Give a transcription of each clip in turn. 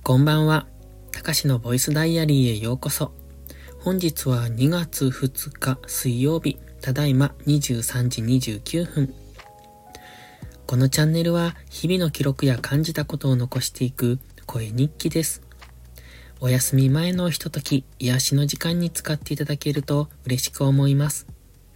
こんばんは。たかしのボイスダイアリーへようこそ。本日は2月2日水曜日、ただいま23時29分。このチャンネルは日々の記録や感じたことを残していく声日記です。お休み前のひととき、癒しの時間に使っていただけると嬉しく思います。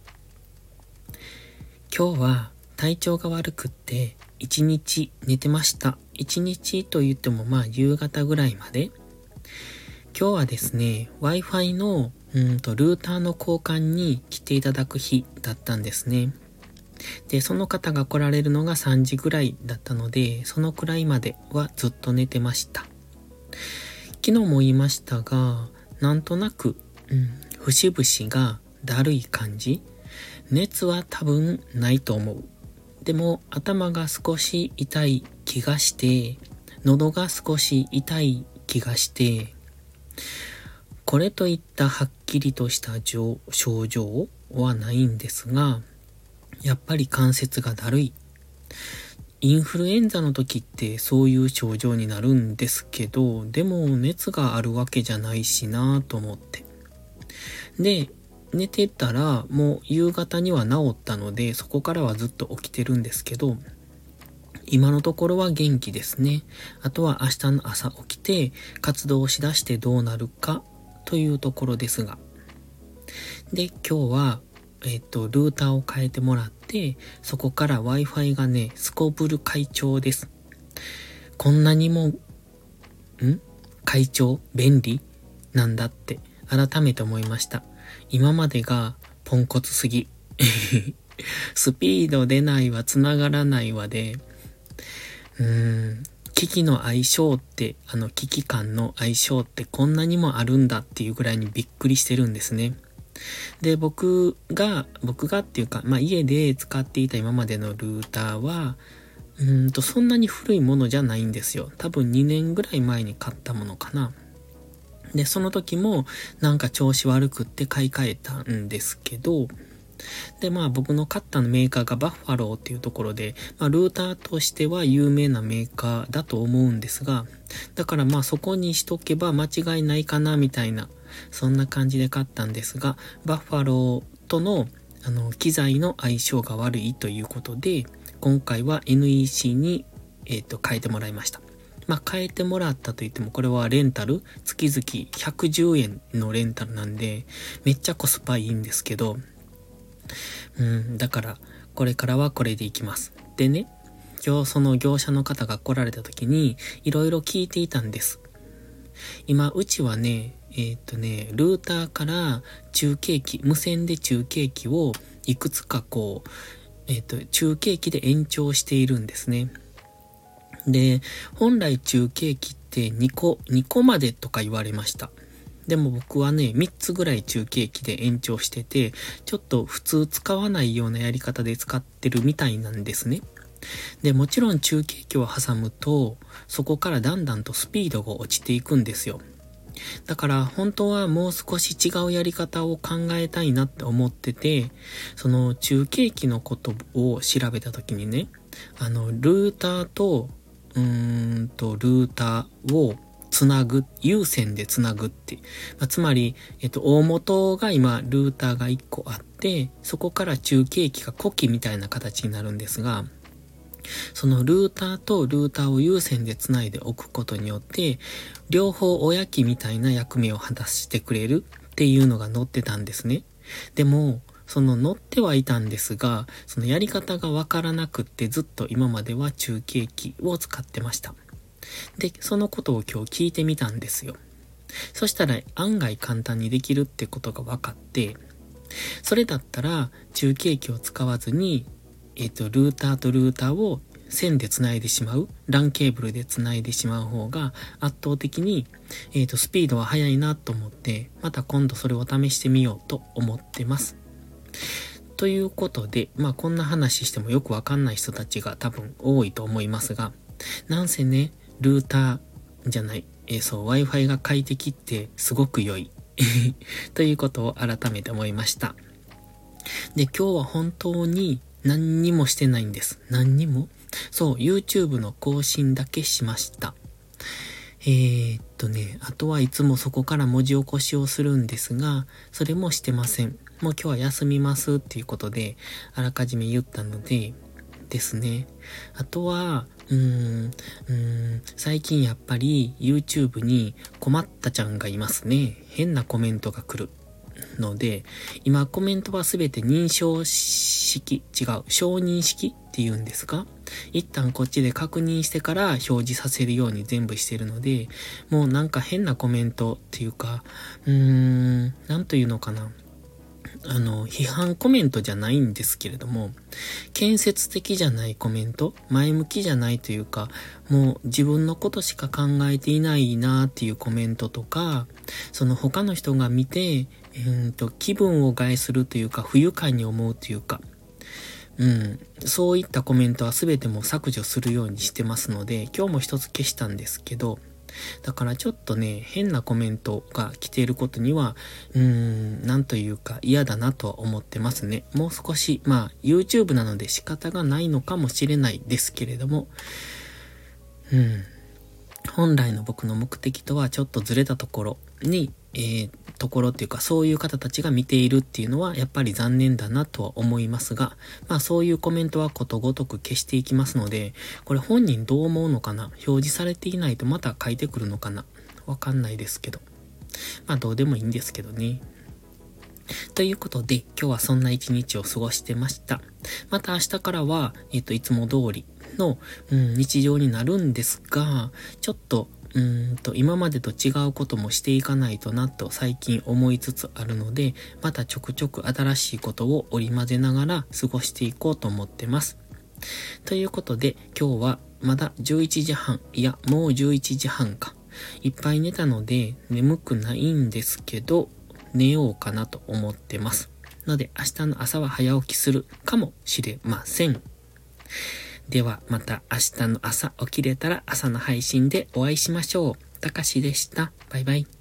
今日は体調が悪くって1日寝てました。1日と言っても夕方ぐらいまで。今日はですね、Wi-Fi のルーターの交換に来ていただく日だったんですね。で、その方が来られるのが3時ぐらいだったので、そのくらいまではずっと寝てました。昨日も言いましたが、なんとなく、節々がだるい感じ。熱は多分ないと思う。でも頭が少し痛い気がして、喉が少し痛い気がして、これといったはっきりとした症状はないんですが、やっぱり関節がだるい。インフルエンザの時ってそういう症状になるんですけど、でも熱があるわけじゃないしなぁと思って。で、寝てたらもう夕方には治ったので、そこからはずっと起きてるんですけど、今のところは元気ですね。あとは明日の朝起きて活動しだしてどうなるかというところですが。で、今日はルーターを変えてもらって、そこから Wi-Fi がね、すこぶる快調です。こんなにも、快調便利なんだって改めて思いました。今までがポンコツすぎ。スピード出ないわ、繋がらないわで、機器の相性って、機器間の相性ってこんなにもあるんだっていうぐらいにびっくりしてるんですね。で、僕がっていうか、家で使っていた今までのルーターは、そんなに古いものじゃないんですよ。多分2年ぐらい前に買ったものかな。で、その時もなんか調子悪くって買い替えたんですけど、で、僕の買ったメーカーがバッファローっていうところで、ルーターとしては有名なメーカーだと思うんですが、だからそこにしとけば間違いないかなみたいな、そんな感じで買ったんですが、バッファローとの機材の相性が悪いということで、今回は NEC に変えてもらいました。変えてもらったといっても、これはレンタル月々110円のレンタルなんで、めっちゃコスパいいんですけど、だから、これからはこれでいきます。でね、今日その業者の方が来られた時に、いろいろ聞いていたんです。今、うちはね、ルーターから中継機、無線で中継機をいくつか中継機で延長しているんですね。で、本来中継機って2個までとか言われました。でも僕はね、3つぐらい中継機で延長してて、ちょっと普通使わないようなやり方で使ってるみたいなんですね。で、もちろん中継機を挟むと、そこからだんだんとスピードが落ちていくんですよ。だから本当はもう少し違うやり方を考えたいなって思ってて、その中継機のことを調べたときにね、ルーターと、ルーターをつなぐ、有線でつなぐって。つまり、大元が今、ルーターが1個あって、そこから中継機が子機みたいな形になるんですが、そのルーターとルーターを有線でつないでおくことによって、両方親機みたいな役目を果たしてくれるっていうのが載ってたんですね。でも、その載ってはいたんですが、そのやり方がわからなくってずっと今までは中継機を使ってました。で、そのことを今日聞いてみたんですよ。そしたら案外簡単にできるってことが分かって、それだったら中継機を使わずに、ルーターとルーターを線で繋いでしまう、LAN ケーブルで繋いでしまう方が圧倒的に、スピードは速いなと思って、また今度それを試してみようと思ってます。ということで、こんな話してもよくわかんない人たちが多分多いと思いますが、なんせね、ルーターじゃない、Wi-Fi が快適ってすごく良い。ということを改めて思いました。で、今日は本当に何にもしてないんです。何にもそう、YouTube の更新だけしました。 あとはいつもそこから文字起こしをするんですが、それもしてません。もう今日は休みますっていうことで、あらかじめ言ったので、ですね。あとは、最近やっぱり YouTube に困ったちゃんがいますね。変なコメントが来るので、今コメントはすべて認証式、承認式っていうんですか？一旦こっちで確認してから表示させるように全部してるので、もうなんか変なコメントっていうか、なんというのかな。批判コメントじゃないんですけれども、建設的じゃないコメント、前向きじゃないというか、もう自分のことしか考えていないなっていうコメントとか、その他の人が見て、気分を害するというか、不愉快に思うというか、そういったコメントは全てもう削除するようにしてますので、今日も一つ消したんですけど、だからちょっとね、変なコメントが来ていることには、なんというか嫌だなとは思ってますね。もう少し、YouTube なので仕方がないのかもしれないですけれども、本来の僕の目的とはちょっとずれたところに、ところっていうかそういう方たちが見ているっていうのはやっぱり残念だなとは思いますが、そういうコメントはことごとく消していきますので、これ本人どう思うのかな？表示されていないとまた書いてくるのかな？わかんないですけど。どうでもいいんですけどね。ということで、今日はそんな一日を過ごしてました。また明日からは、いつも通りの、日常になるんですが、ちょっと、今までと違うこともしていかないとなと最近思いつつあるので、またちょくちょく新しいことを織り交ぜながら過ごしていこうと思ってます。ということで、今日はまだ11時半、いや、もう11時半か。いっぱい寝たので眠くないんですけど、寝ようかなと思ってます。ので、明日の朝は早起きするかもしれません。ではまた明日の朝起きれたら朝の配信でお会いしましょう。たかしでした。バイバイ。